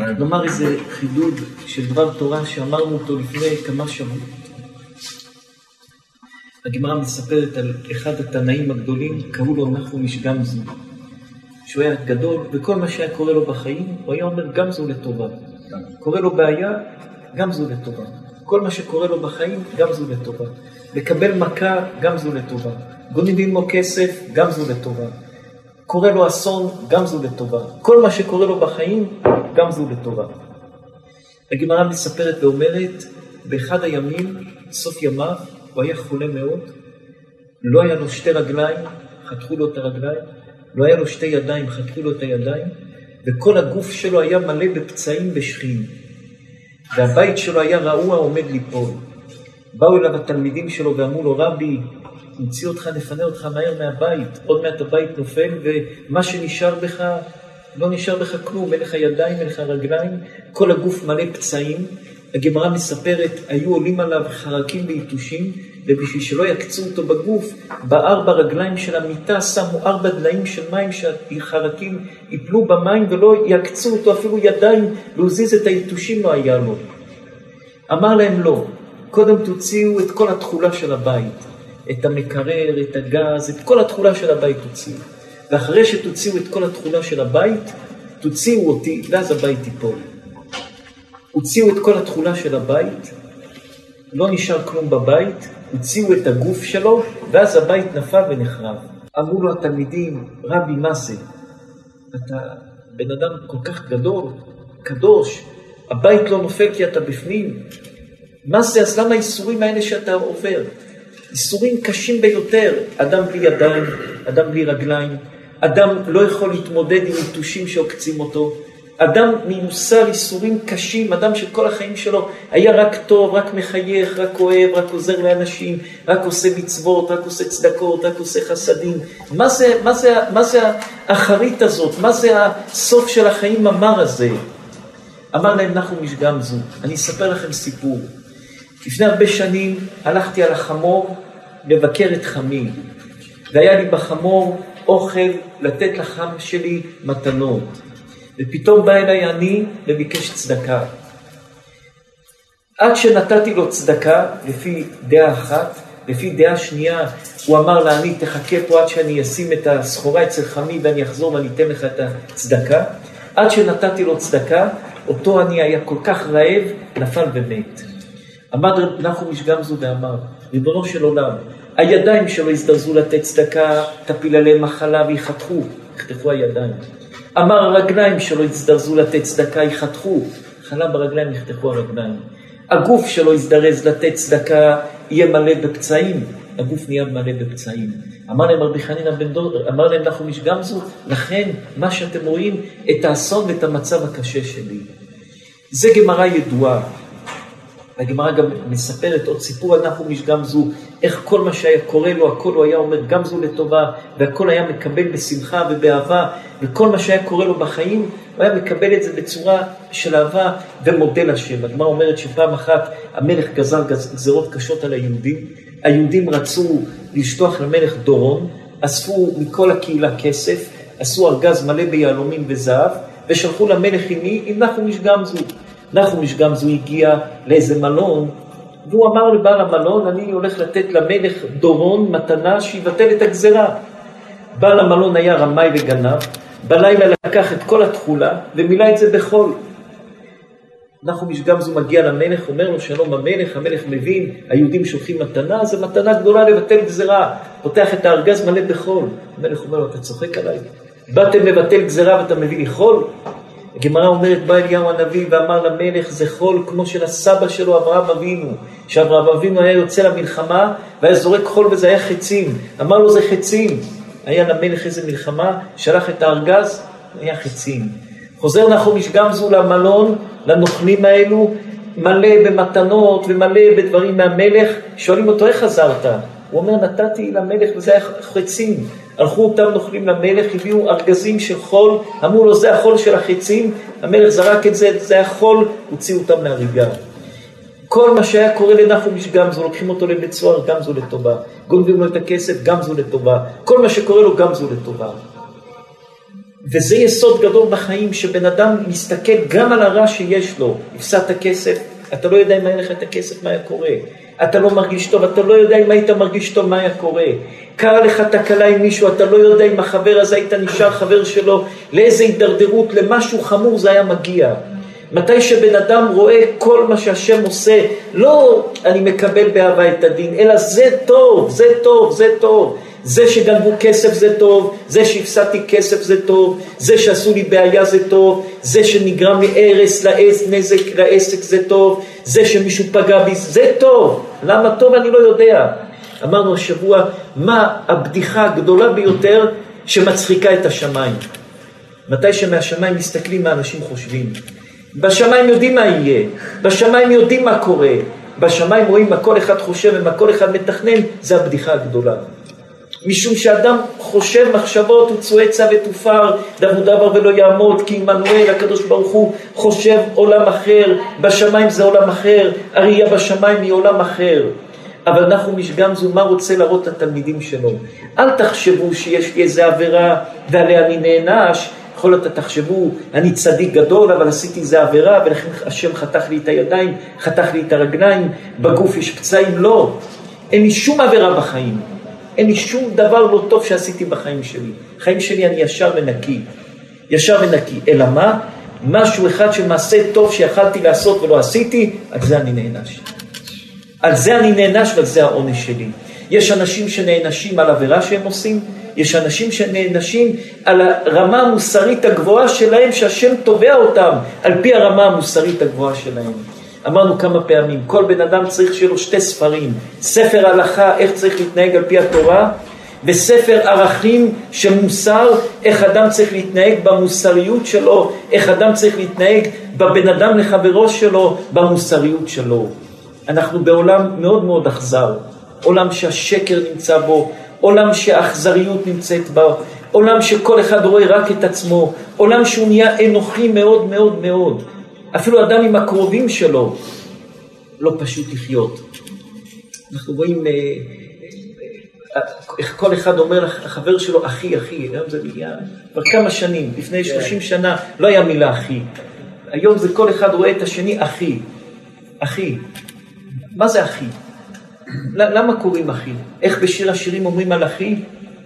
נאמר איזה חידוד של דבר תורה שאמרנו אותו לפני כמה שבועות. הגמרא מספרת על אחד התנאים הגדולים, קראו לו נחומיש גמזו, שהוא היה גדול, וכל מה שהיה קורה לו בחיים, הוא היה אומר גמזו לטובה. קורה לו בעיה, גמזו לטובה. כל מה שקורה לו בחיים, גמזו לטובה. לקבל מכה, גמזו לטובה. גונבים לו כסף, גמזו לטובה. קורה לו אסון, גמזו לטובה. כל מה שקורה לו בחיים, גמזו לטובה. הגמרא מספרת ואומרת, באחד הימים, סוף ימיו, הוא היה חולה מאוד, לא היה לו שתי רגליים, חתכו לו את הרגליים, לא היה לו שתי ידיים, חתכו לו את הידיים, וכל הגוף שלו היה מלא בפצעים בשחים. והבית שלו היה רעוע, עומד ליפול. באו אליו התלמידים שלו ואמרו לו, רבי, נמציא אותך, נפנה אותך מהר מהבית, עוד מעט הבית נופל, ומה שנשאר בך, לא נשאר בך כלום, אין לך ידיים, אין לך רגליים, כל הגוף מלא פצעים. הגמרא מספרת, היו עולים עליו חרקים ויתושים, ובשביל שלא יקצו אותו בגוף, בארבע רגליים של המיטה שמו 4 דליים של מים שהחרקים יפלו במים ולא יקצו אותו, אפילו ידיים להזיז את היתושים לא היה לו. אמר להם לא, קודם תוציאו את כל התכולה של הבית, את המקרר, את הגז, את כל התכולה של הבית תוציאו. ואחרי שתוציאו את כל התכולה של הבית, תוציאו אותי, ואז הבית ייפול. הוציאו את כל התכולה של הבית, לא נשאר כלום בבית, הוציאו את הגוף שלו, ואז הבית נפל ונחרב. אמרו לו התלמידים, רבי, מה זה? אתה בן אדם כל כך גדול, קדוש, הבית לא נופל כי אתה בפנים. מה זה? אז למה האיסורים האלה שאתה עובר? איסורים קשים ביותר, אדם בלי ידיים, אדם בלי רגליים, אדם לא יכול להתמודד עם יתושים שעוקצים אותו, אדם מיוסר איסורים קשים, אדם שכל החיים שלו היה רק טוב, רק מחייך, רק אוהב, רק עוזר לאנשים, רק עושה מצוות, רק עושה צדקות, רק עושה חסדים. מה זה האחרית הזאת? מה זה הסוף של החיים המר הזה? אמר להם נחומיש גמזו, אני אספר לכם סיפור. לפני הרבה שנים הלכתי על החמור לבקר את חמי, והיה לי בחמור אוכל לתת לחם שלי מתנות. ופתאום בא אליי אני וביקש צדקה. עד שנתתי לו צדקה, לפי דעה אחת, לפי דעה שנייה, הוא אמר לה, אני תחכה פה עד שאני אשים את הסחורה אצל חמי ואני אחזור ואני אתן לך את הצדקה. עד שנתתי לו צדקה, אותו אני היה כל כך רעב, נפל ומת. עמד רב נחומיש גמזו ואמר, ריבונו של עולם, הידיים שלו הזדרזו לתת צדקה, תפיל עליהם מחלה ויחתכו, יחתכו הידיים. אמר הרגליים שלו הזדרזו לתת צדקה, יחתכו, חלה ברגליים יחתכו הרגליים. הגוף שלו הזדרז לתת צדקה, יהיה מלא בפצעים, הגוף נהיה מלא בפצעים. אמר להם רבי חנינא בן דור, אמר להם נחומיש גמזו, לכן מה שאתם רואים, את האסון ואת המצב הקשה שלי. זה גמרא ידועה. הגמרא גם מספרת עוד סיפור על נחומיש גמזו, איך כל מה שהיה קורה לו, הכל הוא היה אומר גמזו לטובה, והכל היה מקבל בשמחה ובאהבה, וכל מה שהיה קורה לו בחיים, הוא היה מקבל את זה בצורה של אהבה ומודה לשם. הגמרא אומרת שפעם אחת המלך גזר גזרות קשות על היהודים, היהודים רצו לשטוח למלך דורון, אספו מכל הקהילה כסף, עשו ארגז מלא ביהלומים וזהב, ושלחו למלך עם נחומיש גמזו. נחומיש גמזו הגיע לאיזה מלון, והוא אמר לבעל המלון, אני הולך לתת למלך דורון מתנה שיבטל את הגזרה. בעל המלון היה רמאי וגנב, בלילה לקח את כל התכולה ומילא את זה בחול. נחומיש גמזו מגיע למלך, אומר לו שלום המלך, המלך מבין, היהודים שולחים מתנה, זה מתנה גדולה לבטל גזרה, פותח את הארגז מלא בחול. המלך אומר לו, אתה צוחק עליי? באתם לבטל גזרה ואתה מביא לי חול? הגמרא אומרת, בא אליהו הנביא ואמר למלך, זה חול כמו של הסבא שלו אברהם אבינו, שאברהם אבינו היה יוצא למלחמה והיה זורק חול וזה היה חצים. אמר לו, זה חצים. היה למלך איזה מלחמה, שלח את הארגז, היה חצים. חוזר נחומיש גמזו למלון, לנוכלים האלו, מלא במתנות ומלא בדברים מהמלך, שואלים אותו, איך חזרת? הוא אומר, נתתי למלך וזה היה חצים. הלכו אותם נוכלים למלך, הביאו ארגזים של חול, אמרו לו, זה החול של החצים, המלך זרק את זה, זה החול, הוציאו אותם מהריגה. כל מה שהיה קורה לנחומיש גמזו, לוקחים אותו לבית סוהר, גמזו לטובה. גונבים לו את הכסף, גמזו לטובה. כל מה שקורה לו, גמזו לטובה. וזה יסוד גדול בחיים, שבן אדם מסתכל גם על הרע שיש לו. הפסדת כסף, אתה לא יודע אם היה לך את הכסף, מה היה קורה. אתה לא מרגיש טוב, אתה לא יודע אם היית מרגיש טוב, מה היה קורה. קרה לך תקלה עם מישהו, אתה לא יודע אם החבר הזה היית נשאר חבר שלו, לאיזה הידרדרות, למשהו חמור זה היה מגיע. מתי שבן אדם רואה כל מה שהשם עושה, לא אני מקבל באהבה את הדין, אלא זה טוב, זה טוב, זה טוב. זה שגנבו כסף זה טוב, זה שהפסדתי כסף זה טוב, זה שעשו לי בעיה זה טוב, זה שנגרם לי הרס, נזק לעסק זה טוב, זה שמישהו פגע בי זה טוב. למה טוב אני לא יודע. אמרנו השבוע, מה הבדיחה הגדולה ביותר שמצחיקה את השמיים? מתי שמהשמיים מסתכלים מה אנשים חושבים. בשמיים יודעים מה יהיה, בשמיים יודעים מה קורה, בשמיים רואים מה כל אחד חושב ומה כל אחד מתכנן, זה הבדיחה הגדולה. משום שאדם חושב מחשבות הוא צועצע ותופר, דמו דבר ולא יעמוד, כי עמנואל הקדוש ברוך הוא חושב עולם אחר, בשמיים זה עולם אחר, הראייה בשמיים היא עולם אחר. אבל אנחנו משגמזו, מה רוצה להראות לתלמידים שלו? אל תחשבו שיש לי איזה עבירה ועליה אני נענש, יכול להיות תחשבו, אני צדיק גדול, אבל עשיתי איזה עבירה, ולכן השם חתך לי את הידיים, חתך לי את הרגליים, בגוף יש פצעים. לא, אין לי שום עבירה בחיים. אין לי שום דבר לא טוב שעשיתי בחיים שלי. בחיים שלי אני ישר ונקי. ישר ונקי. אלא מה? משהו אחד שמעשה טוב שיכלתי לעשות ולא עשיתי, על זה אני נענש. על זה אני נענש ועל זה העונש שלי. יש אנשים שנענשים על עבירה שהם עושים, יש אנשים שנענשים על הרמה המוסרית הגבוהה שלהם, שהשם תובע אותם על פי הרמה המוסרית הגבוהה שלהם. אמרנו כמה פעמים, כל בן אדם צריך שיהיה לו שתי ספרים, ספר הלכה, איך צריך להתנהג על פי התורה, וספר ערכים של מוסר, איך אדם צריך להתנהג במוסריות שלו, איך אדם צריך להתנהג בבן אדם לחברו שלו, במוסריות שלו. אנחנו בעולם מאוד מאוד אכזר, עולם שהשקר נמצא בו, עולם שהאכזריות נמצאת בו, עולם שכל אחד רואה רק את עצמו, עולם שהוא נהיה אנוכי מאוד מאוד מאוד. אפילו אדם עם הקרובים שלו לא פשוט לחיות. אנחנו רואים איך כל אחד אומר לחבר שלו אחי, אחי. היום זה נהיה כבר כמה שנים, לפני 30 שנה לא היה מילה אחי. היום זה כל אחד רואה את השני אחי. אחי. מה זה אחי? למה קוראים אחי? איך בשיר השירים אומרים על אחי?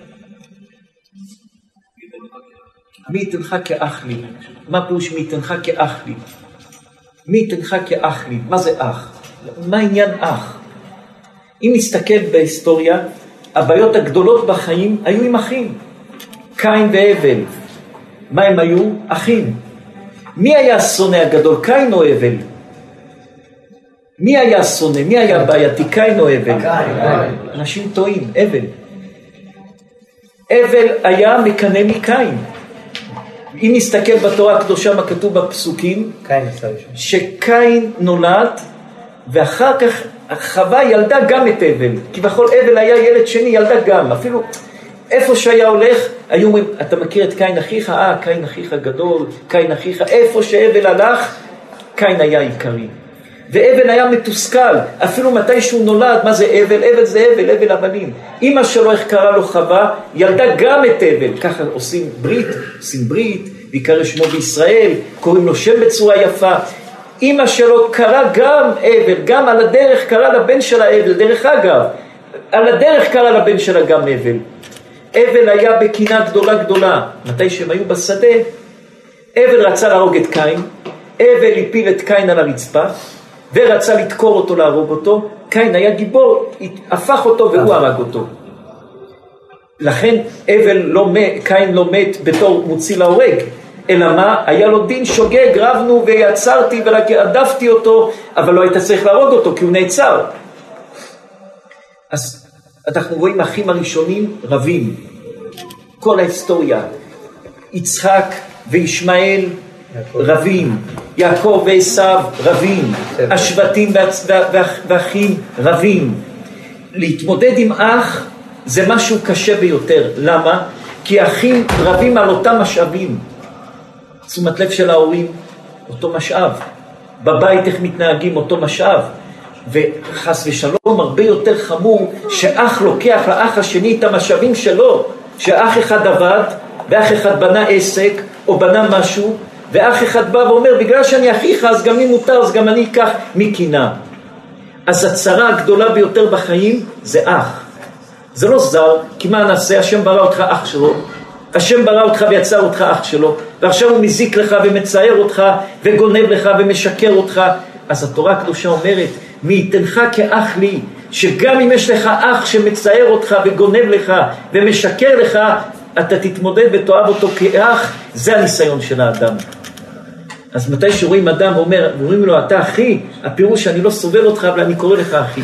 מי יתנך כאח לי? מה פירוש מי יתנך כאח לי? מי יתנך כאח לי? מה זה אח? מה עניין אח? אם נסתכל בהיסטוריה, הבעיות הגדולות בחיים היו עם אחים. קין והבל. מה הם היו? אחים. מי היה השונא הגדול? קין או הבל? מי היה השונא? מי היה בעייתי? קין או הבל? אנשים טועים, הבל. הבל היה מקנא מקין. אם נסתכל בתורה הקדושה מה כתוב בפסוקים, שקין נולד ואחר כך חווה ילדה גם את הבל, כי בכל הבל היה ילד שני, ילדה גם. אפילו איפה שהיה הולך היו אומרים, אתה מכיר את קין אחיך? קין אחיך גדול, קין אחיך. איפה שהבל הלך קין היה עיקרי, והבל היה מתוסכל. אפילו מתי שהוא נולד, מה זה הבל? הבל זה הבל, הבל הבנים. אמא שלו איך קרא לו חווה, ילדה גם את הבל. ככה עושים ברית, ויקרא שמו בישראל, קוראים לו שם בצורה יפה. אמא שלו קרא גם הבל, גם על הדרך קרא לבן שלה הבל. דרך אגב, על הדרך קרא לבן שלה גם הבל. הבל היה בקינה גדולה גדולה. מתי שהם היו בשדה, הבל רצה להרוג את קין, הבל הפיל את קין על הרצפה, ורצה לתקור אותו, להרוג אותו. קין היה גיבור, הפך אותו והוא הרג אותו. לכן קין לא מת בתור מוציא להורג, אלא מה? היה לו דין שוגג, רבנו ויצרתי והדפתי אותו, אבל לא היית צריך להרוג אותו כי הוא נעצר. אז אנחנו רואים האחים הראשונים רבים. כל ההיסטוריה, יצחק וישמעאל רבים, יעקב ועשיו רבים, השבטים והאחים רבים. להתמודד עם אח זה משהו קשה ביותר. למה? כי האחים רבים על אותם משאבים. תשומת לב של ההורים, אותו משאב. בבית איך מתנהגים, אותו משאב. וחס ושלום הרבה יותר חמור שאח לוקח לאח השני את המשאבים שלו. שאח אחד עבד, ואח אחד בנה עסק או בנה משהו, ואח אחד בא ואומר, בגלל שאני אחיך אז גם לי מותר, אז גם אני אקח מקינה. אז הצרה הגדולה ביותר בחיים זה אח. זה לא זר, כי מה נעשה? השם ברא אותך אח שלו, השם ברא אותך ויצר אותך אח שלו, ועכשיו הוא מזיק לך ומצער אותך וגונב לך ומשקר אותך. אז התורה הקדושה אומרת, מי ייתנך כאח לי, שגם אם יש לך אח שמצער אותך וגונב לך ומשקר לך, אתה תתמודד ותאהב אותו כאח. זה הניסיון של האדם. אז מתי שרואים אדם אומרים לו, אתה אחי, הפירוש שאני לא סובל אותך, אבל אני קורא לך אחי.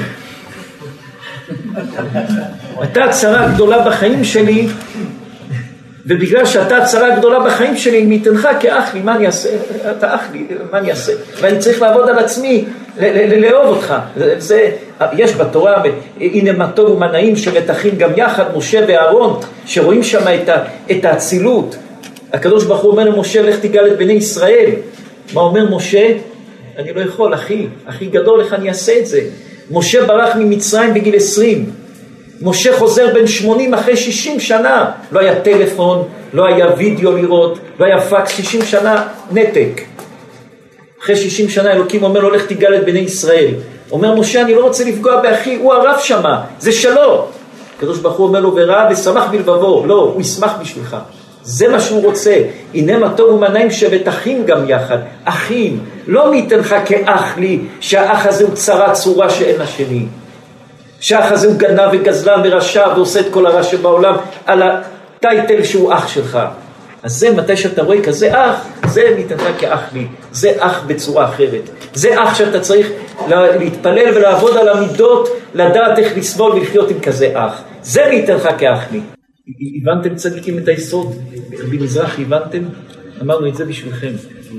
אתה הצרה הגדולה בחיים שלי, ובגלל שאתה הצרה הגדולה בחיים שלי, מי ייתנך כאח לי, מה אני אעשה? אתה אח לי, מה אני אעשה? ואני צריך לעבוד על עצמי, לאהוב אותך. יש בתורה, הנה מה טוב ומה נעים שמתחים גם יחד, משה ואהרון, שרואים שם את האצילות. הקדוש ברוך הוא אומר למשה, לך תגאל את בני ישראל. מה אומר משה? אני לא יכול, אחי גדול, איך אני אעשה את זה? משה ברח ממצרים בגיל 20. משה חוזר בן 80 אחרי 60 שנה. לא היה טלפון, לא היה וידאו לראות, לא היה פקס, 60 שנה נתק. אחרי 60 שנה אלוקים אומר לו, לך תגאל את בני ישראל. אומר משה, אני לא רוצה לפגוע באחי, הוא הרב שמה, זה שלו. הקדוש ברוך הוא אומר לו, וראה ושמח בלבבו. לא, הוא ישמח בשבילך. זה מה שהוא רוצה. הנה מה טוב ומה נעים שבת אחים גם יחד. אחים, לא מי ייתנך כאח לי, שהאח הזה הוא צרה צורה שאין לשני. שהאח הזה הוא גנב וגזלן ורשע ועושה את כל הרע שבעולם על הטייטל שהוא אח שלך. אז זה מתי שאתה רואה כזה אח, זה ניתנך כאח לי. זה אח בצורה אחרת. זה אח שאתה צריך להתפלל ולעבוד על המידות, לדעת איך לסבול ולחיות עם כזה אח. זה ניתנך כאח לי. הבנתם צדיקים את היסוד? רבי מזרח, הבנתם? אמרנו את זה בשבילכם.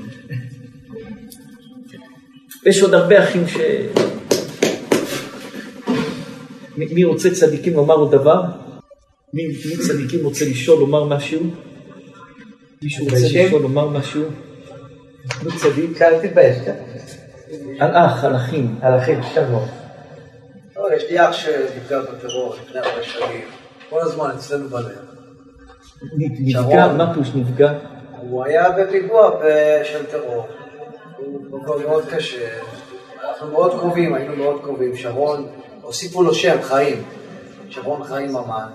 יש עוד הרבה אחים ש... מי רוצה צדיקים לומר עוד דבר? מי צדיקים רוצה לשאול לומר משהו? מישהו רוצה לשאול לומר משהו? מי צדיק? כאן תתבייש, כן? על אח, על אחים. על אחים, שבוע. יש לי אח שנפגע בטרור לפני 4 שנים. כל הזמן אצלנו בלב. נפגע? מה פירוש נפגע? הוא היה בפיגוע של טרור. הוא מקום מאוד קשה. אנחנו מאוד קרובים, היינו מאוד קרובים. שרון, הוסיפו לו שם, חיים. שרון חיים ממן.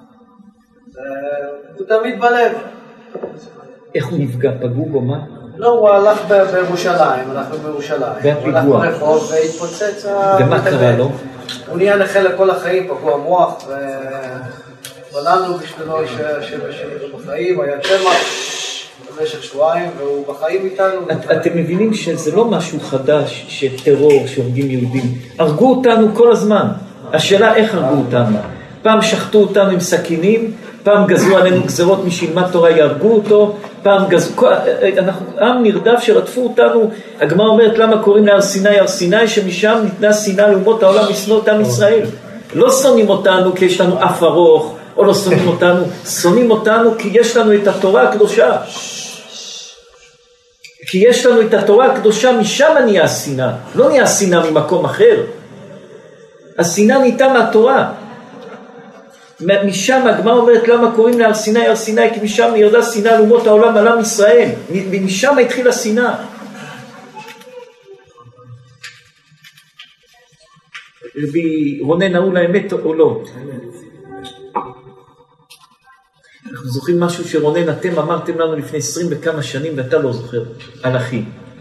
הוא תמיד בלב. איך הוא נפגע? פגעו בו מה? לא, הוא הלך בירושלים, הלכנו בירושלים. בפיגוע. הוא הלך ברחוב והתפוצץ. ומה קרה לו? הוא נהיה נכה לכל החיים, פגוע מוח, ובלענו בשבילו בחיים, היה שמח במשך 2 שבועות, והוא בחיים איתנו. אתם מבינים שזה לא משהו חדש, שטרור, שהורגים יהודים. הרגו אותנו כל הזמן. השאלה איך הרגו אותנו. פעם שחטו אותנו עם סכינים, פעם גזרו עלינו גזרות משילמת תורה, יהרגו אותו, פעם גזרו, אנחנו עם נרדף שרדפו אותנו. הגמרא אומרת למה קוראים להר סיני הר סיני, שמשם ניתנה שנאה לאומות העולם לשנוא את עם ישראל. לא שונאים אותנו כי יש לנו אף ארוך, או לא שונאים אותנו, שונאים אותנו כי יש לנו את התורה הקדושה. כי יש לנו את התורה הקדושה, משם נהיה השנאה. לא נהיה השנאה ממקום אחר. השנאה ניתה מהתורה. משם הגמרא אומרת למה קוראים להר סיני הר סיני, כי משם ירדה שנאה לאומות העולם על עם ישראל. משם התחילה השנאה. רבי רונן אמרו לאמת או לא? אנחנו זוכרים משהו שרונן אתם אמרתם לנו לפני 20 וכמה שנים ואתה לא זוכר, על אחי.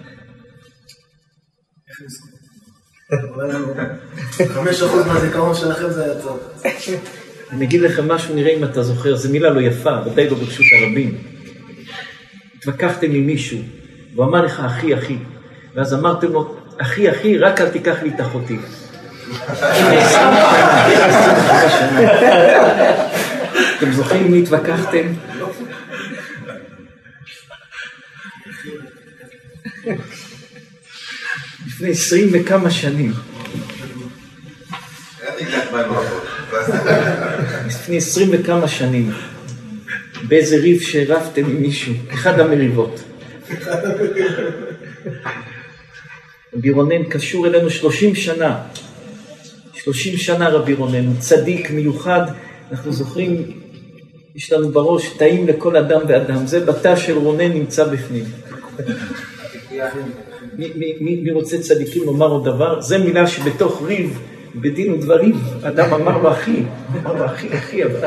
5% מהזיכרון שלכם זה היה טוב. אני אגיד לכם משהו, נראה אם אתה זוכר, זו מילה לא יפה, ודאי לא ברשות הרבים. התווכחתם עם מישהו, והוא אמר לך אחי, אחי, ואז אמרתם לו, אחי, אחי, רק אל תיקח לי את אחותי. אתם זוכרים מי התווכחתם? לפני 20 וכמה שנים. לפני 20 וכמה שנים. באיזה ריב שרבתם עם מישהו. אחד המריבות. רבי רונן קשור אלינו 30 שנה. 30 שנה רבי רונן. צדיק מיוחד. אנחנו זוכרים יש לנו בראש טעים לכל אדם ואדם, זה בתא של רונן נמצא בפנים. מי רוצה צדיקים לומר עוד דבר? זה מילה שבתוך ריב, בדין ודברים, אדם אמר לו אחי, אבל...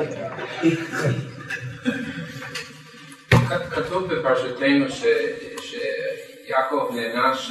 כתוב בפרשתנו שיעקב נענש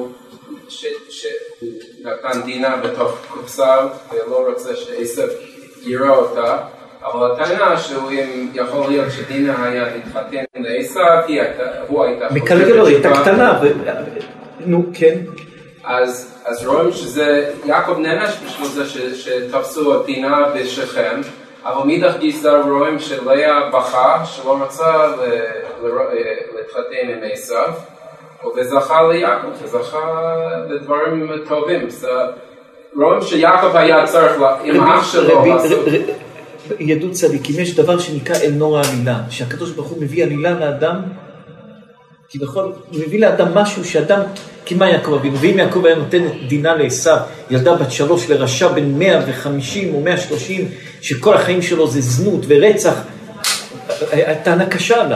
שהוא נתן דינה בתוך קופסה ולא רוצה שעשו יראה אותה, אבל הטענה שהוא יכול להיות שדינה היה להתחתן לעשו, כי הוא הייתה מקלגל לו, הייתה קטנה, נו כן. אז רואים שזה יעקב נענש בשביל זה שתפסו את דינה בשכם, אבל מידך גיסא רואים שלאה בכה שלא רצה להתחתן עם עשו, וזכה ליעקב, וזכה לדברים טובים. רואים שיעקב היה צריך עם האח שלו לעשות. ידעו צדיקים, יש דבר שנקרא אל נורא עלילה, שהקדוש ברוך הוא מביא עלילה לאדם, כביכול מביא לאדם משהו שאדם, כי מה יעקב אבינו? ואם יעקב היה נותן דינה לעשו, ילדה בת 3 לרשע בין 150 או 130, שכל החיים שלו זה זנות ורצח, טענה קשה עליו.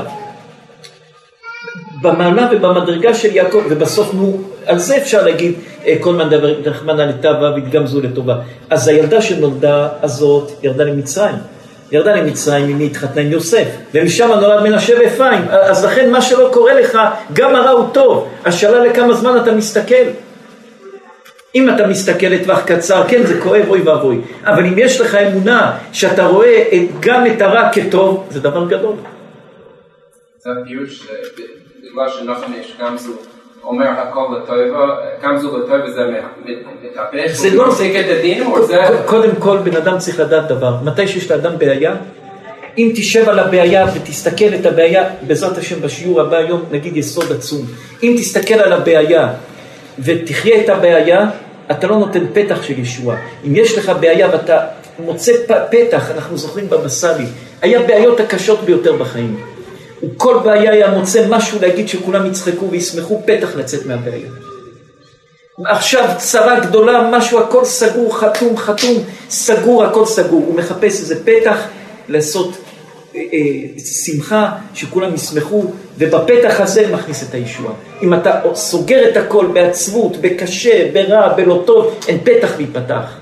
במעלה ובמדרגה של יעקב, ובסוף על זה אפשר להגיד, כל מן דבר רחמנא לטובה והתגמזו לטובה. אז הילדה שנולדה הזאת ירדה למצרים. אם היא התחתנה עם יוסף, ומשם נולד מנשה ואפרים. אז לכן מה שלא קורה לך, גם הרע הוא טוב. השאלה לכמה זמן אתה מסתכל. אם אתה מסתכל לטווח קצר, כן זה כואב, אוי ואבוי. אבל אם יש לך אמונה שאתה רואה גם את הרע כטוב, זה דבר גדול. זה הפירוש, בגלל שנחמש גמזו אומר הכל לטובה, גמזו לטובה זה מתהפך, זה לא מפסיק את הדין, או זה... קודם כל בן אדם צריך לדעת דבר, מתי שיש לאדם בעיה, אם תשב על הבעיה ותסתכל את הבעיה, בעזרת השם בשיעור הבא היום נגיד יסוד עצום, אם תסתכל על הבעיה ותחיה את הבעיה, אתה לא נותן פתח של ישוע. אם יש לך בעיה ואתה מוצא פתח, אנחנו זוכרים בבסלי, היה בעיות הקשות ביותר בחיים. וכל בעיה היה מוצא משהו להגיד שכולם יצחקו וישמחו, פתח לצאת מהבעיה. עכשיו צרה גדולה, משהו הכל סגור, חתום, סגור, הכל סגור. הוא מחפש איזה פתח לעשות שמחה, שכולם ישמחו, ובפתח הזה מכניס את הישועה. אם אתה סוגר את הכל בעצבות, בקשה, ברע, בלא טוב, אין פתח להיפתח.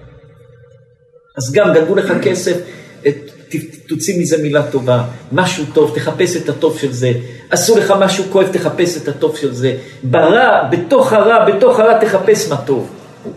אז גם גנבו לך כסף, תוציא מזה מילה טובה, משהו טוב, תחפש את הטוב של זה. עשו לך משהו כואב, תחפש את הטוב של זה. ברע, בתוך הרע תחפש מה טוב.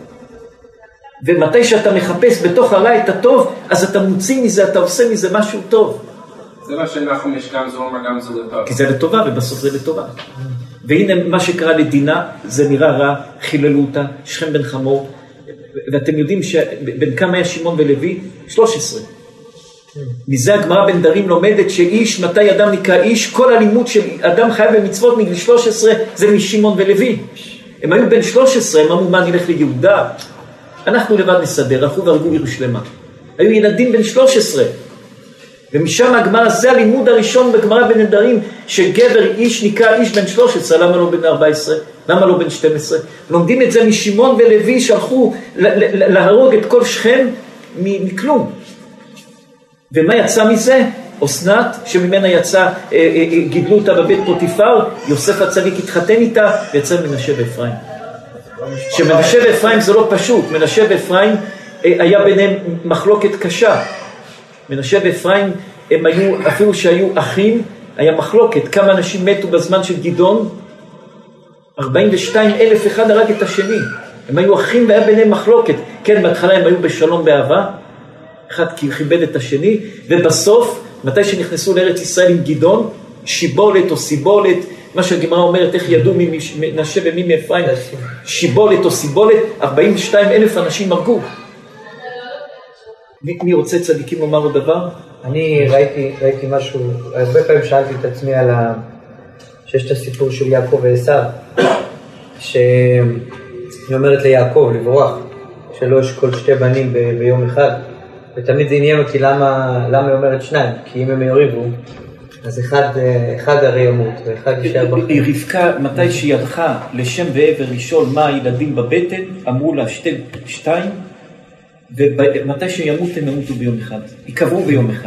ומתי שאתה מחפש בתוך הרע את הטוב, אז אתה מוציא מזה, אתה עושה מזה משהו טוב. זה מה שנחמש גמזו אומר גמזו לטובה. כי זה לטובה, ובסוף זה לטובה. והנה מה שקרה לדינה, זה נראה רע, חיללו אותה, שכם בן חמור, ואתם יודעים שבין כמה היה שמעון ולוי? 13. מזה הגמרא בן דרים לומדת שאיש, מתי אדם נקרא איש, כל הלימוד של אדם חייב במצוות מגיל 13 זה משמעון ולוי. הם היו בן 13, הם אמרו מה נלך ליהודה, אנחנו לבד נסדר, הלכו והרגו עיר שלמה. היו ילדים בן 13, ומשם הגמרא, זה הלימוד הראשון בגמרא בן דרים, שגבר איש נקרא איש בן 13, למה לא בן 14? למה לא בן 12? לומדים את זה משמעון ולוי שהלכו להרוג את כל שכם מכלום. ומה יצא מזה? אסנת, שממנה יצא, גידלו אותה בבית פוטיפר, יוסף הצדיק התחתן איתה, ויצא מנשה ואפרים. שמנשה ואפרים זה לא פשוט, מנשה ואפרים היה ביניהם מחלוקת קשה. מנשה ואפרים הם היו, אפילו שהיו אחים, היה מחלוקת. כמה אנשים מתו בזמן של גדעון? 42,000 אחד הרג את השני. הם היו אחים והיה ביניהם מחלוקת. כן, בהתחלה הם היו בשלום באהבה, אחד כיבד את השני, ובסוף, מתי שנכנסו לארץ ישראל עם גדעון, שיבולת או סיבולת, מה שהגמרא אומרת, איך ידעו מי מנשה ומי מאפרים, שיבולת או סיבולת, 42,000 אנשים הרגו. מי רוצה צדיקים לומר עוד דבר? אני ראיתי משהו, הרבה פעמים שאלתי את עצמי על שיש את הסיפור של יעקב ועשיו, שהיא אומרת ליעקב לברוח, שלא ישכול 2 בנים ביום אחד, ותמיד זה עניין אותי למה היא אומרת 2, כי אם הם יוריבו, אז אחד הרי ימות, ואחד יישאר בחיים. רבקה, מתי שהיא הלכה לשם ועבר לשאול מה הילדים בבטן, אמרו לה 2, ומתי שימות הם ימותו ביום אחד, יקברו ביום אחד.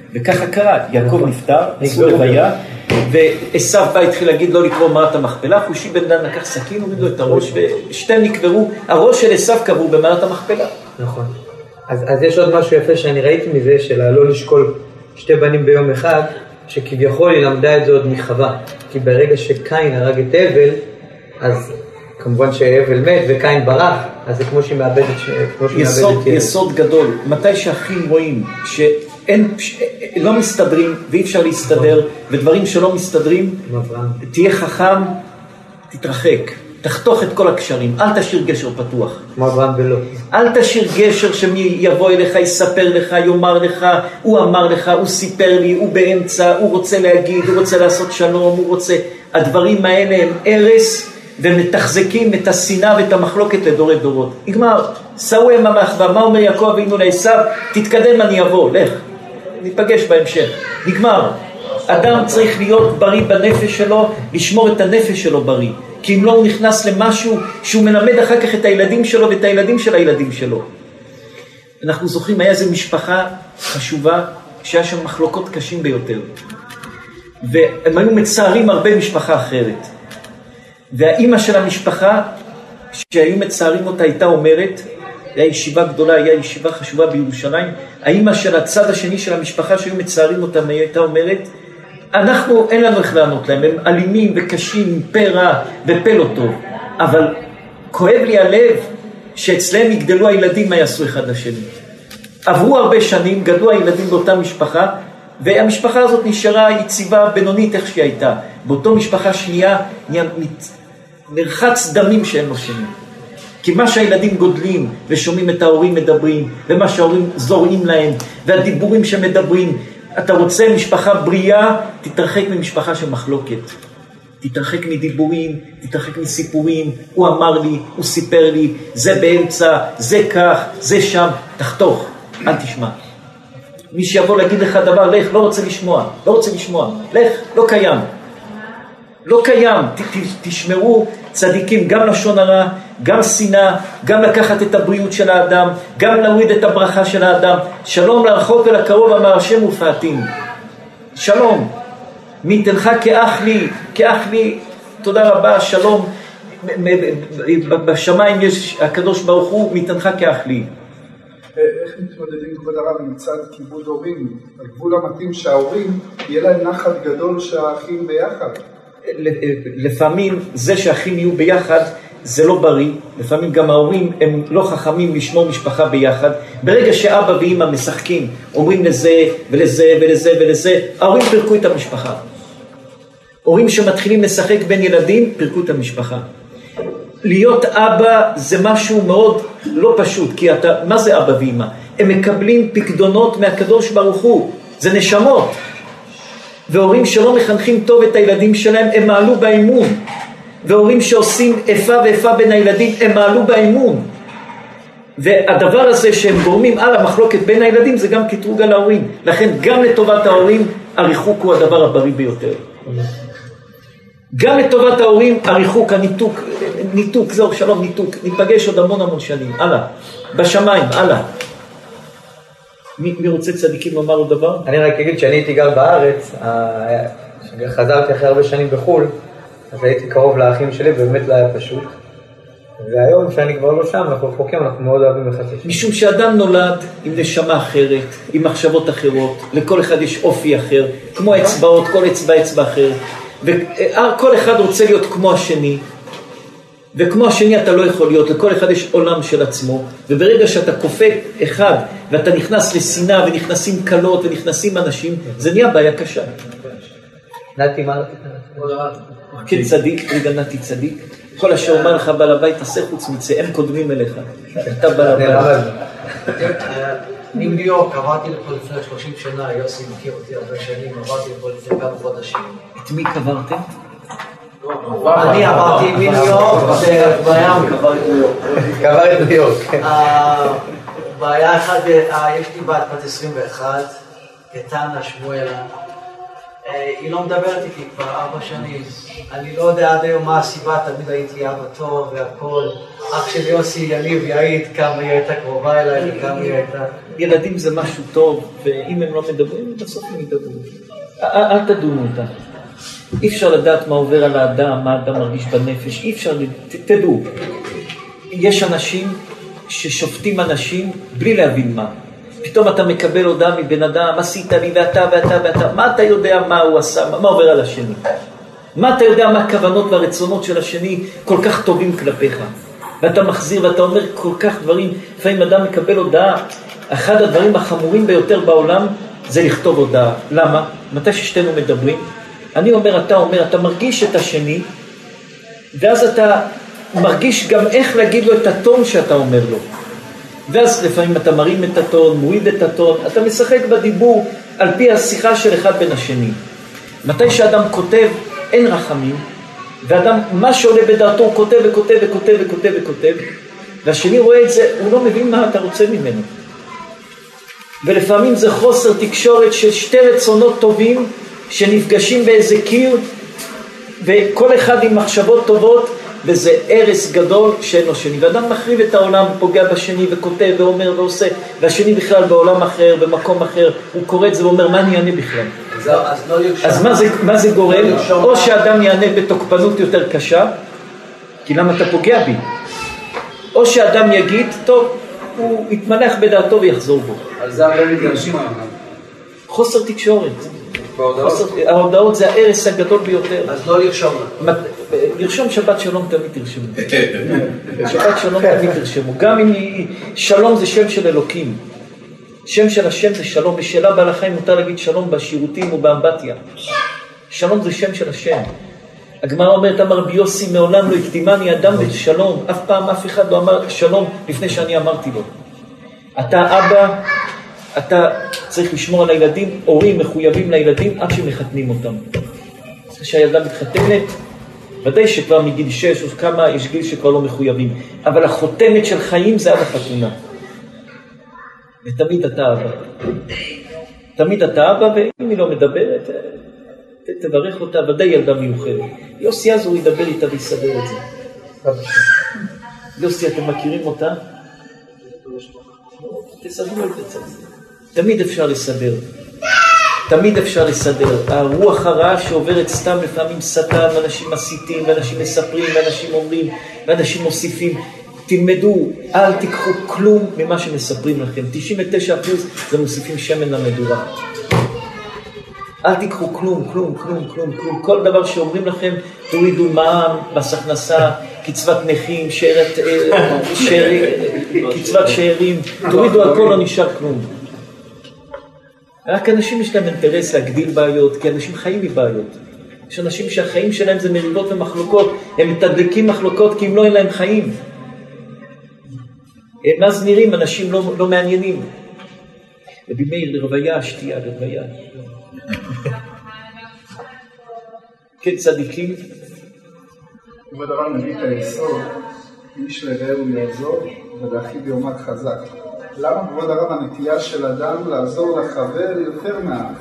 וככה קרה, יעקב נפטר, עשו לוויה, ועשיו בא התחיל להגיד לא לקרוא מערת המכפלה, חושי בן דן לקח סכין, הוריד לו את הראש, ושתיהם נקברו, הראש של עשיו קברו במערת המכפלה. נכון. אז יש עוד משהו יפה שאני ראיתי מזה, של לא לשקול שתי בנים ביום אחד, שכביכול היא למדה את זה עוד מחווה, כי ברגע שקין הרג את הבל, אז כמובן שהבל מת וקין ברח, אז זה כמו שהיא מאבדת יסוד גדול, מתי שאחים רואים לא מסתדרים ואי אפשר להסתדר, ודברים שלא מסתדרים, תהיה חכם, תתרחק, תחתוך את כל הקשרים, אל תשאיר גשר פתוח. כמו אברהם ולא. אל תשאיר גשר שמי יבוא אליך, יספר לך, יאמר לך, הוא אמר לך, הוא סיפר לי, הוא באמצע, הוא רוצה להגיד, הוא רוצה לעשות שלום, הוא רוצה... הדברים האלה הם הרס ומתחזקים את השנאה ואת המחלוקת לדורי דורות. נגמר, סעו הם המחווה, מה אומר יעקב אבינו לעשיו? תתקדם אני אבוא, לך, ניפגש בהמשך. נגמר. אדם צריך להיות בריא בנפש שלו, לשמור את הנפש שלו בריא. כי אם לא הוא נכנס למשהו שהוא מלמד אחר כך את הילדים שלו ואת הילדים של הילדים שלו. אנחנו זוכרים, היה איזו משפחה חשובה שהיה שם מחלוקות קשים ביותר. והם היו מצערים הרבה משפחה אחרת. והאימא של המשפחה שהיו מצערים אותה הייתה אומרת, היה ישיבה גדולה, היה ישיבה חשובה בירושלים, האימא של הצד השני של המשפחה שהיו מצערים אותה הייתה אומרת, אנחנו אין לנו איך לענות להם, הם אלימים וקשים, פה רע ופה לא טוב, אבל כואב לי הלב שאצלם יגדלו הילדים מה יעשו אחד לשני. עברו הרבה שנים, גדלו הילדים באותה משפחה, והמשפחה הזאת נשארה יציבה בינונית איך שהיא הייתה. באותו משפחה שנייה מרחץ דמים שאין לו שני. כי מה שהילדים גודלים ושומעים את ההורים מדברים, ומה שההורים זורעים להם, והדיבורים שמדברים, אתה רוצה משפחה בריאה, תתרחק ממשפחה של מחלוקת. תתרחק מדיבורים, תתרחק מסיפורים, הוא אמר לי, הוא סיפר לי, זה באמצע, זה כך, זה שם, תחתוך, אל תשמע. מי שיבוא להגיד לך דבר, לך, לא רוצה לשמוע, לא רוצה לשמוע, לך, לא קיים. לא קיים, תשמרו צדיקים, גם לשון הרע, גם שנאה, גם לקחת את הבריאות של האדם, גם להוריד את הברכה של האדם. שלום לרחוק ולקרוב אמר השם ופעתים. שלום, מי תלך כאח לי, תודה רבה, שלום. בשמיים יש הקדוש ברוך הוא, מי תלך כאח לי. איך מתמודדים כבוד הרב מצד כיבוד הורים? הגבול המתאים שההורים יהיה להם נחת גדול שהאחים ביחד. לפעמים זה שהאחים יהיו ביחד זה לא בריא, לפעמים גם ההורים הם לא חכמים לשמור משפחה ביחד. ברגע שאבא ואמא משחקים, אומרים לזה ולזה ולזה ולזה, ההורים פרקו את המשפחה. הורים שמתחילים לשחק בין ילדים, פרקו את המשפחה. להיות אבא זה משהו מאוד לא פשוט, כי מה זה אבא ואמא? הם מקבלים פקדונות מהקדוש ברוך הוא, זה נשמות. והורים שלא מחנכים טוב את הילדים שלהם, הם מעלו באמון. והורים שעושים איפה ואיפה בין הילדים, הם מעלו באמון. והדבר הזה שהם גורמים על המחלוקת בין הילדים, זה גם קטרוג על ההורים. לכן גם לטובת ההורים, הריחוק הוא הדבר הבריא ביותר. גם לטובת ההורים, הריחוק, ניתוק, זהו, שלום, ניתוק. ניפגש עוד המון שנים, הלאה. בשמיים, הלאה. מי רוצה צדיקים לומר עוד דבר? אני רק אגיד שאני הייתי גר בארץ, חזרתי אחרי הרבה שנים בחול, אז הייתי קרוב לאחים שלי, ובאמת לא היה פשוט. והיום שאני כבר לא שם, אנחנו רחוקים, אנחנו מאוד אוהבים אחד לשני. משום שאדם נולד עם נשמה אחרת, עם מחשבות אחרות, לכל אחד יש אופי אחר, כמו אצבעות, כל אצבע אחר, וכל אחד רוצה להיות כמו השני, וכמו השני אתה לא יכול להיות, לכל אחד יש עולם של עצמו, וברגע שאתה כופה אחד, ואתה נכנס לשנאה, ונכנסים קלות, ונכנסים אנשים, זה נהיה בעיה קשה. נתי, מה? כן, צדיק, רגע נתי צדיק. כל אשר אומר לך בעל הבית, תעשה חוץ מצא, הם קודמים אליך. אתה בעל הבית. ניו יורק, עברתי לפה לפני 30 שנה, יוסי מכיר אותי הרבה שנים, עברתי לפה לפני כמה חודשים. את מי קברתם? אני עברתי מניו יורק, בים קבר את ניו יורק. בעיה אחת, יש לי בת 21, קטנה, שמואלה. היא לא מדברת איתי כבר 4 שנים. אני לא יודע עד היום מה הסיבה, תמיד הייתי אבא טוב והכל. אח של יוסי, יניב, יעיד כמה היא הייתה קרובה אליי וכמה היא הייתה... ילדים זה משהו טוב, ואם הם לא מדברים, בסוף הם ידברו. אל תדונו אותה. אי אפשר לדעת מה עובר על האדם, מה האדם מרגיש בנפש, אי אפשר, תדעו. יש אנשים ששופטים אנשים בלי להבין מה. פתאום אתה מקבל הודעה מבן אדם, עשית לי ואתה, מה אתה יודע מה הוא עשה, מה עובר על השני? מה אתה יודע מה הכוונות והרצונות של השני כל כך טובים כלפיך? ואתה מחזיר ואתה אומר כל כך דברים, לפעמים אדם מקבל הודעה, אחד הדברים החמורים ביותר בעולם זה לכתוב הודעה. למה? מתי ששתינו מדברים, אני אומר, אתה מרגיש את השני, ואז אתה מרגיש גם איך להגיד לו את הטון שאתה אומר לו. ואז לפעמים אתה מרים את הטון, מוריד את הטון, אתה משחק בדיבור על פי השיחה של אחד בין השני. מתי שאדם כותב, אין רחמים, ואדם, מה שעולה בדעתו, הוא כותב וכותב וכותב וכותב וכותב, והשני רואה את זה, הוא לא מבין מה אתה רוצה ממנו. ולפעמים זה חוסר תקשורת של שתי רצונות טובים, שנפגשים באיזה קיר, וכל אחד עם מחשבות טובות, וזה הרס גדול שאינו שני. ואדם מחריב את העולם, פוגע בשני וכותב ואומר ועושה, והשני בכלל בעולם אחר, במקום אחר, הוא קורא את זה ואומר, מה אני אענה בכלל? אז מה זה גורם? או שאדם יענה בתוקפנות יותר קשה, כי למה אתה פוגע בי? או שאדם יגיד, טוב, הוא יתמלך בדעתו ויחזור בו. על זה הרבה מתגרשים היום. חוסר תקשורת. ההודעות זה ההרס הגדול ביותר. אז לא לרשום. לרשום שבת שלום תמיד תרשמו. שבת שלום תמיד תרשמו. גם אם שלום זה שם של אלוקים. שם של השם זה שלום. בשאלה בעל החיים מותר להגיד שלום בשירותים ובאמבטיה. שלום זה שם של השם. הגמרא אומרת, אמר רבי יוסי, מעולם לא הקדימני אדם בשלום. אף פעם אף אחד לא אמר שלום לפני שאני אמרתי לו. אתה אבא, אתה צריך לשמור על הילדים, הורים מחויבים לילדים עד שמחתנים אותם. כשהילדה מתחתנת, ודאי שכבר מגיל 6 או כמה יש גיל שכבר לא מחויבים, אבל החותמת של חיים זה עד החתונה. ותמיד אתה אבא. תמיד אתה אבא, ואם היא לא מדברת, תברך אותה, ודאי ילדה מיוחדת. יוסי אז הוא ידבר איתה ויסדר את זה. יוסי, אתם מכירים אותה? תסדרו את זה. תמיד אפשר לסדר. תמיד אפשר לסדר. הרוח הרעה שעוברת סתם לפעמים סתם, אנשים מסיתים, ואנשים מספרים, ואנשים אומרים, ואנשים מוסיפים. תלמדו, אל תיקחו כלום ממה שמספרים לכם. 99% זה מוסיפים שמן למדורה. אל תיקחו כלום. כל דבר שאומרים לכם, תורידו מע"מ, מס הכנסה, קצבת נכים, קצבת שאירים, תורידו הכל, לא נשאר כלום. רק אנשים יש להם אינטרס להגדיל בעיות, כי אנשים חיים מבעיות. יש אנשים שהחיים שלהם זה מריבות ומחלוקות, הם מתדלקים מחלוקות כי אם לא אין להם חיים. הם אז נראים אנשים לא מעניינים. ובימי לרוויה, שתייה, לרוויה. כן, צדיקים. כבוד הרב מביא את היסוד, איש לרעהו יעזור ולאחיו יאמר חזק. למה כבוד הרב הנטייה של אדם לעזור לחבר יותר מהאח?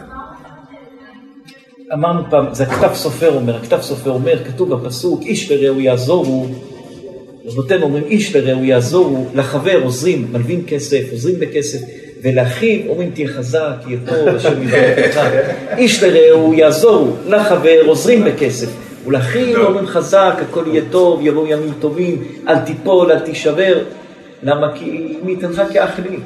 אמרנו פעם, זה הכתב סופר אומר, כתוב בפסוק, איש לרעהו יעזורו, רבותינו אומרים, איש לרעהו יעזורו, לחבר עוזרים, מלווים כסף, עוזרים בכסף, ולאחיו אומרים, תהיה חזק, תהיה טוב, השם יברך אותך. איש לרעהו יעזורו, לחבר עוזרים בכסף, ולאחיו אומרים חזק, הכל יהיה טוב, יבואו ימים טובים, אל תיפול, אל תישבר. למה? כי מי יתנך כאח לי?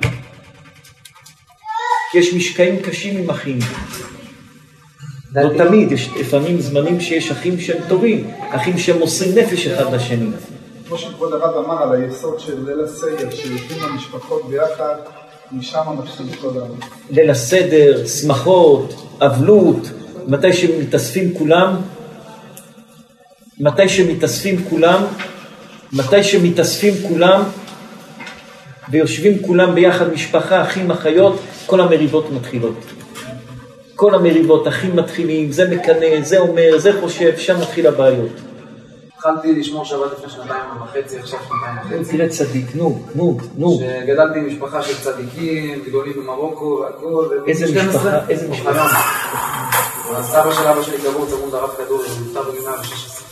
כי יש משקעים קשים עם אחים. לא תמיד, יש לפעמים זמנים שיש אחים שהם טובים, אחים שהם מוסרים נפש אחד לשני. כמו שכבוד הרב אמר על היסוד של ליל הסדר, שיושבים המשפחות ביחד, משם מתחיל כל דבר. ליל הסדר, שמחות, אבלות, מתי שמתאספים כולם, ויושבים כולם ביחד, משפחה, אחים, אחיות, כל המריבות מתחילות. כל המריבות, אחים מתחילים, זה מקנה, זה אומר, זה חושב, שם מתחיל הבעיות. התחלתי לשמור שבת לפני 2.5, עכשיו 2.5. תראה צדיק, נו. שגדלתי במשפחה של צדיקים, גדולים במרוקו והכל. איזה משפחה? הסבא של אבא שלי גבור צמוד הרב כדור, הוא נפטר בגיל 116.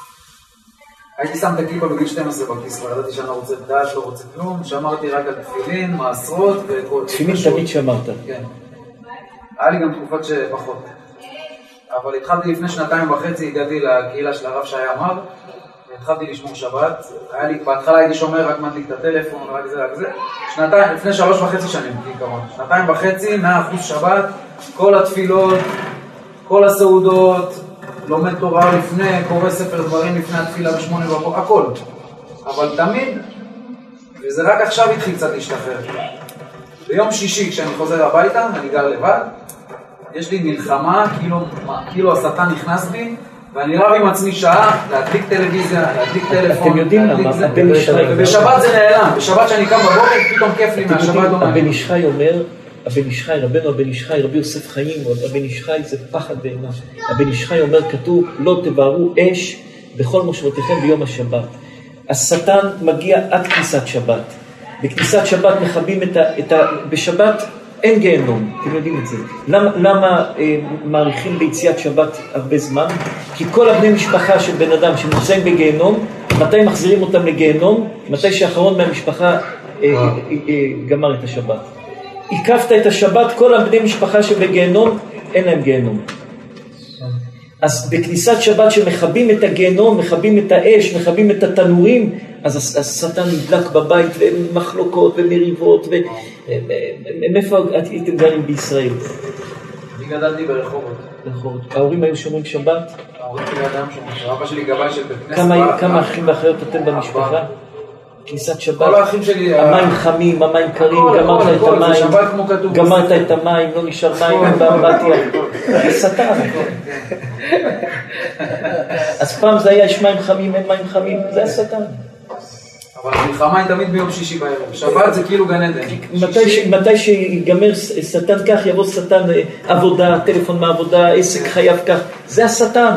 הייתי שם את הכיפה בגיל 12 בכיס, וידעתי שאני לא רוצה דעת, לא רוצה כלום, שמרתי רק על תפילין, מעשרות וכל... תפילין תמיד שמרת. כן. היה לי גם תקופות שפחות. אבל התחלתי לפני 2.5, הגעתי לקהילה של הרב שהיה אמר, התחלתי לשמור שבת, בהתחלה הייתי שומר רק מדליק את הטלפון, רק זה, לפני 3.5 שנים, כעיקרון. 2.5, 100% שבת, כל התפילות, כל הסעודות, לומד תורה לפני, קורא ספר דברים לפני התפילה ב8 בבוקר, הכל. אבל תמיד, וזה רק עכשיו התחיל קצת להשתחרר. ביום שישי, כשאני חוזר הביתה, אני גר לבד, יש לי מלחמה, כאילו השטן נכנס בי, ואני רב עם עצמי שעה, להדליק טלוויזיה, להדליק טלפון. אתם יודעים למה? הבן ישחי... ובשבת זה נעלם, בשבת שאני קם בבוקר, פתאום כיף לי מהשבת לא מעניין. הבן ישחי אומר, הבן ישחי, רבנו הבן ישחי, רבי יוסף חיים, הבן ישחי זה פחד בעיניו. הבן ישחי אומר, כתוב, לא תבערו אש בכל מושבותיכם ביום השבת. השטן מגיע עד כניסת שבת. בכניסת שבת מכבים בשבת אין גיהנום, אתם יודעים את זה. למה מעריכים ביציאת שבת הרבה זמן? כי כל הבני משפחה של בן אדם שנמצאים בגיהנום, מתי מחזירים אותם לגיהנום? מתי שאחרון מהמשפחה גמר את השבת. עיקפת את השבת, כל הבני משפחה שבגיהנום, אין להם גיהנום. אז בכניסת שבת שמכבים את הגיהנום, מכבים את האש, מכבים את התנורים, אז השטן נדלק בבית, ומחלוקות ומריבות, מאיפה הייתם גרים בישראל? אני גדלתי ברחובות. ההורים היו שומרים שבת? ההורים שלי אדם שומרים, אבא שלי גבאי של בית כנסת. כמה אחים ואחיות אתם במשפחה? כניסת שבת? כל האחים שלי... המים חמים, המים קרים, גמרת את המים, גמרת את המים, לא נשאר מים באמבטיה. זה שטן. אז פעם זה היה יש מים חמים, אין מים חמים, זה השטן. אבל המלחמה היא תמיד ביום שישי בערב. שבת זה כאילו גן עדן. מתי שיגמר שטן כך, יבוא שטן עבודה, טלפון מעבודה, עסק חייב כך. זה השטן.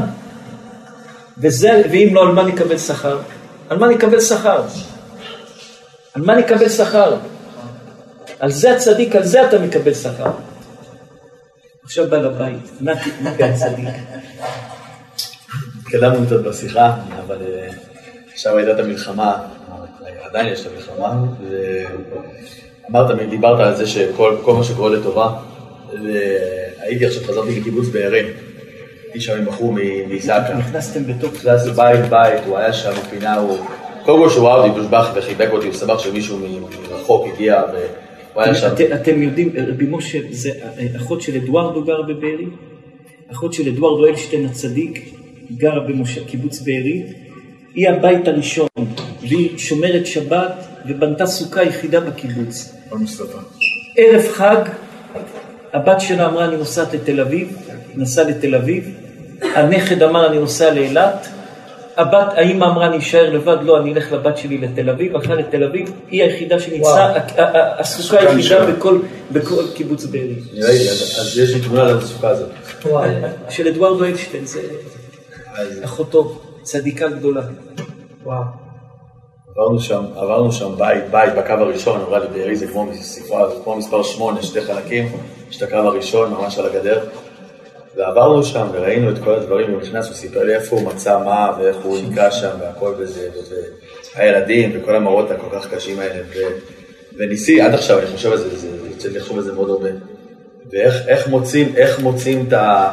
ואם לא, על מה נקבל שכר? על מה נקבל שכר? על מה נקבל שכר? על זה הצדיק, על זה אתה מקבל שכר. עכשיו בא לבית, נתי הצדיק. התקדמנו קצת בשיחה, אבל עכשיו הייתה את המלחמה, עדיין יש את המלחמה, דיברת על זה שכל מה שקורה לטובה, הייתי עכשיו חזרתי לקיבוץ בערים, הייתי שם עם בחור מסאקה. נכנסתם בתוך... נכנס בית, הוא היה שם בפינה, קודם כל שהוא ראה אותי, בושבח וחיבק אותי, הוא סבח שמישהו מרחוק הגיע והוא היה שם. אתם יודעים, רבי משה, זה אחות של אדוארדו גר בבארי, אחות של אדוארדו אלשטיין הצדיק, גרה בקיבוץ בארי, היא הבית הראשון, והיא שומרת שבת ובנתה סוכה יחידה בקיבוץ. ערב חג, הבת שלה אמרה אני נוסעת לתל אביב, נסעה לתל אביב, הנכד אמר אני נוסע לאילת, האמא אמרה אני אשאר לבד, לא אני אלך לבת שלי לתל אביב, אחרי לתל אביב, היא היחידה שניצחה, הסוכה היחידה בכל קיבוץ בארי. אז יש לי תמונה על הסוכה הזאת. של אדוארדו אלשטיין, זה אחותו, צדיקה גדולה. וואו. עברנו שם בית בקו הראשון, אמרה לי בארי זה כמו ספרה, זה כמו מספר 8, שתי חלקים, יש את הקו הראשון ממש על הגדר, ועברנו שם וראינו את כל הדברים, הוא נכנס, הוא סיפר לי איפה הוא מצא מה ואיך הוא נקרא שם והכל בזה, והילדים וכל המראות הכל כך קשים האלה, וניסי, עד עכשיו אני חושב על זה, צריך לחשוב על זה מאוד הרבה, ואיך מוצאים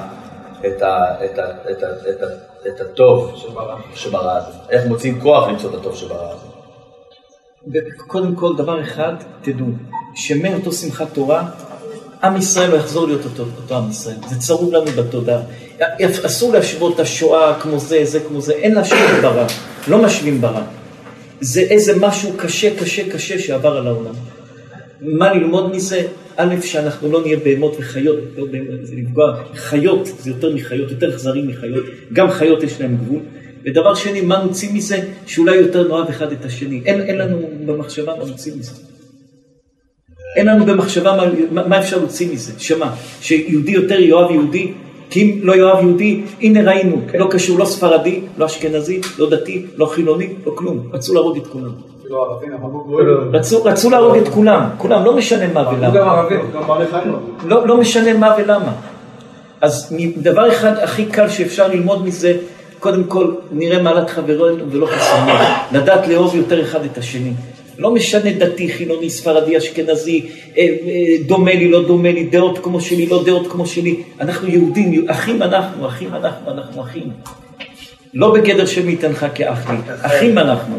את הטוב שברא הזה, איך מוצאים כוח למצוא את הטוב שברא הזה. קודם כל דבר אחד, תדעו, שמאותו שמחת תורה, עם ישראל לא יחזור להיות אותו עם ישראל. זה צרוב לנו בתודעה. אסור להשוות את השואה כמו זה כמו זה. אין להשוות ברע. לא משווים ברע. זה איזה משהו קשה שעבר על העולם. מה ללמוד מזה? א', שאנחנו לא נהיה בהמות וחיות. לא בהמות, זה לפגוע. חיות, זה יותר מחיות, יותר אכזרים מחיות. גם חיות יש להם גבול. ודבר שני, מה נוציא מזה? שאולי יותר נאהב אחד את השני. אין לנו במחשבה מה נוציא מזה. אין לנו במחשבה מה אפשר להוציא מזה. שמה? שיהודי יותר יאהב יהודי, כי אם לא יאהב יהודי, הנה ראינו, לא קשור, לא ספרדי, לא אשכנזי, לא דתי, לא חילוני, לא כלום. רצו להרוג את כולם. רצו להרוג את כולם, לא משנה מה ולמה. גם ערבים, גם בעלי חיים. לא משנה מה ולמה. אז דבר אחד הכי קל שאפשר ללמוד מזה, קודם כל נראה מעלת חברנו ולא חסרנו, לדעת לאהוב יותר אחד את השני. לא משנה דתי, חילוני, ספרדי, אשכנזי, דומה לי, לא דומה לי, דעות כמו שלי, לא דעות כמו שלי. אנחנו יהודים, אחים אנחנו, אנחנו אחים. לא בגדר של מי יתנך כאח לי, אחים אנחנו.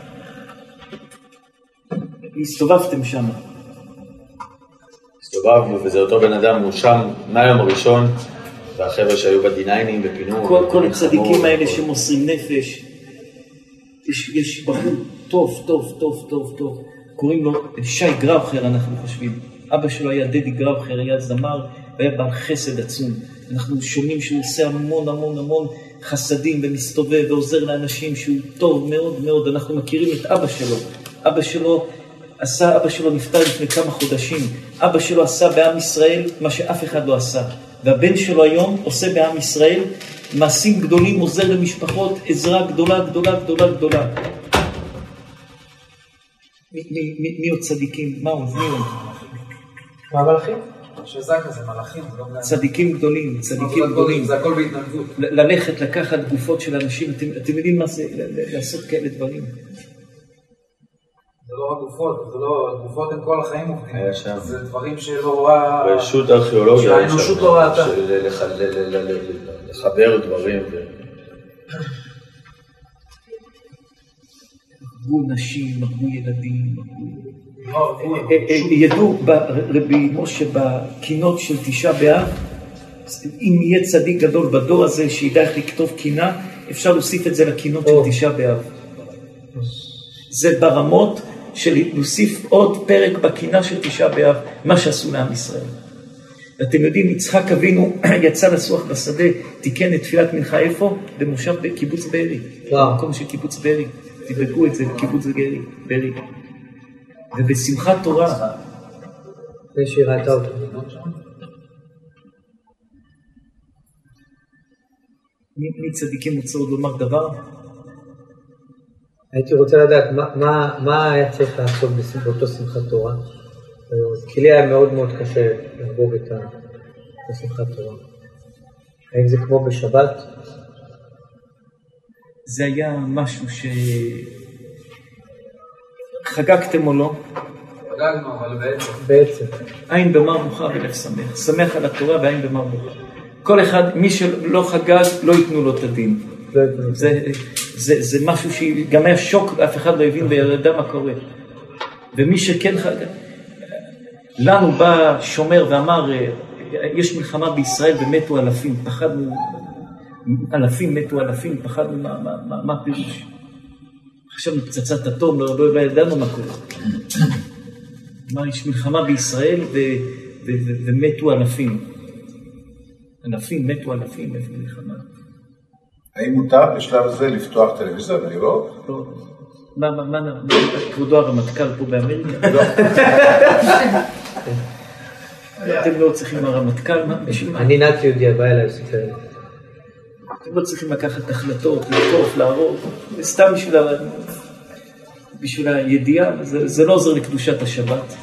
הסתובבתם שם. הסתובבנו, וזה אותו בן אדם, הוא שם מהיום הראשון, והחבר'ה שהיו בדיניינים ופינו. כל הצדיקים האלה שמוסרים נפש, יש בחור טוב, קוראים לו שי גראוכר, אנחנו חושבים. אבא שלו היה דדי גראוכר, היה זמר, והיה בעל חסד עצום. אנחנו שומעים שהוא עושה המון חסדים ומסתובב ועוזר לאנשים, שהוא טוב מאוד. אנחנו מכירים את אבא שלו. אבא שלו נפטר לפני כמה חודשים. אבא שלו עשה בעם ישראל מה שאף אחד לא עשה. והבן שלו היום עושה בעם ישראל מעשים גדולים, עוזר למשפחות, עזרה גדולה. מי עוד צדיקים? מי עוד? מה מלאכים? שזה כזה, מלאכים. צדיקים גדולים. זה הכל בהתנדבות. ללכת, לקחת גופות של אנשים, אתם יודעים מה זה לעשות כאלה דברים? זה לא רק גופות הן כל החיים עובדים. היה שם. זה דברים שלא ראה... רשות ארכיאולוגיה. שהאנושות לא ראתה. לחבר דברים. הרגו נשים, הרגו ילדים, ידעו רבי משה בקינות של תשעה באב, אם יהיה צדיק גדול בדור הזה שידע איך לכתוב קינה, אפשר להוסיף את זה לקינות של תשעה באב. זה ברמות של להוסיף עוד פרק בקינה של תשעה באב, מה שעשו לעם ישראל. ואתם יודעים, יצחק אבינו יצא לסוח בשדה, תיקן את תפילת מנחה איפה? במושב בקיבוץ בארי. במקום של קיבוץ בארי. תבדקו את זה בקיבוץ בארי. ובשמחת תורה. ושירת אותו. מי צדיקים רוצה עוד לומר דבר? הייתי רוצה לדעת מה היה צריך לעשות באותו שמחת תורה. כי לי היה מאוד קשה לחגוג את שמחת תורה. האם זה כמו בשבת? זה היה משהו חגגתם או לא? חגגנו, אבל בעצם. עין במר מוחה ולב שמח. שמח על התורה ועין במר מוחה. כל אחד, מי שלא חגג, לא ייתנו לו את הדין. זה משהו שגם היה שוק, אף אחד לא הבין וידע מה קורה. ומי שכן חגג, לנו בא שומר ואמר, יש מלחמה בישראל ומתו אלפים, פחדנו, פחדנו מה הפירוש. חשבנו פצצת אטום, לא ידענו מה קורה. מה, יש מלחמה בישראל ומתו אלפים. מתו אלפים, איפה מלחמה. האם מותר בשלב הזה לפתוח טלוויזיה ולראות? לא. מה, כבודו הרמטכ"ל פה באמריקה? לא. אתם לא צריכים הרמטכ"ל? אני נתי יהודי הבא אליי ספר. אתם לא צריכים לקחת החלטות, לתקוף, להרוג. זה סתם בשביל הידיעה, זה לא עוזר לקדושת השבת.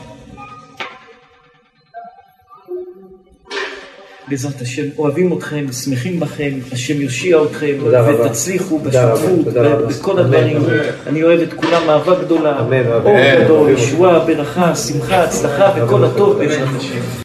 בעזרת השם, אוהבים אתכם, שמחים בכם, השם יושיע אתכם, ותצליחו בשותפות, בכל הדברים. אני אוהב את כולם, אהבה גדולה, אור גדול, ישועה, ברכה, שמחה, הצלחה, וכל הטוב בעזרת השם.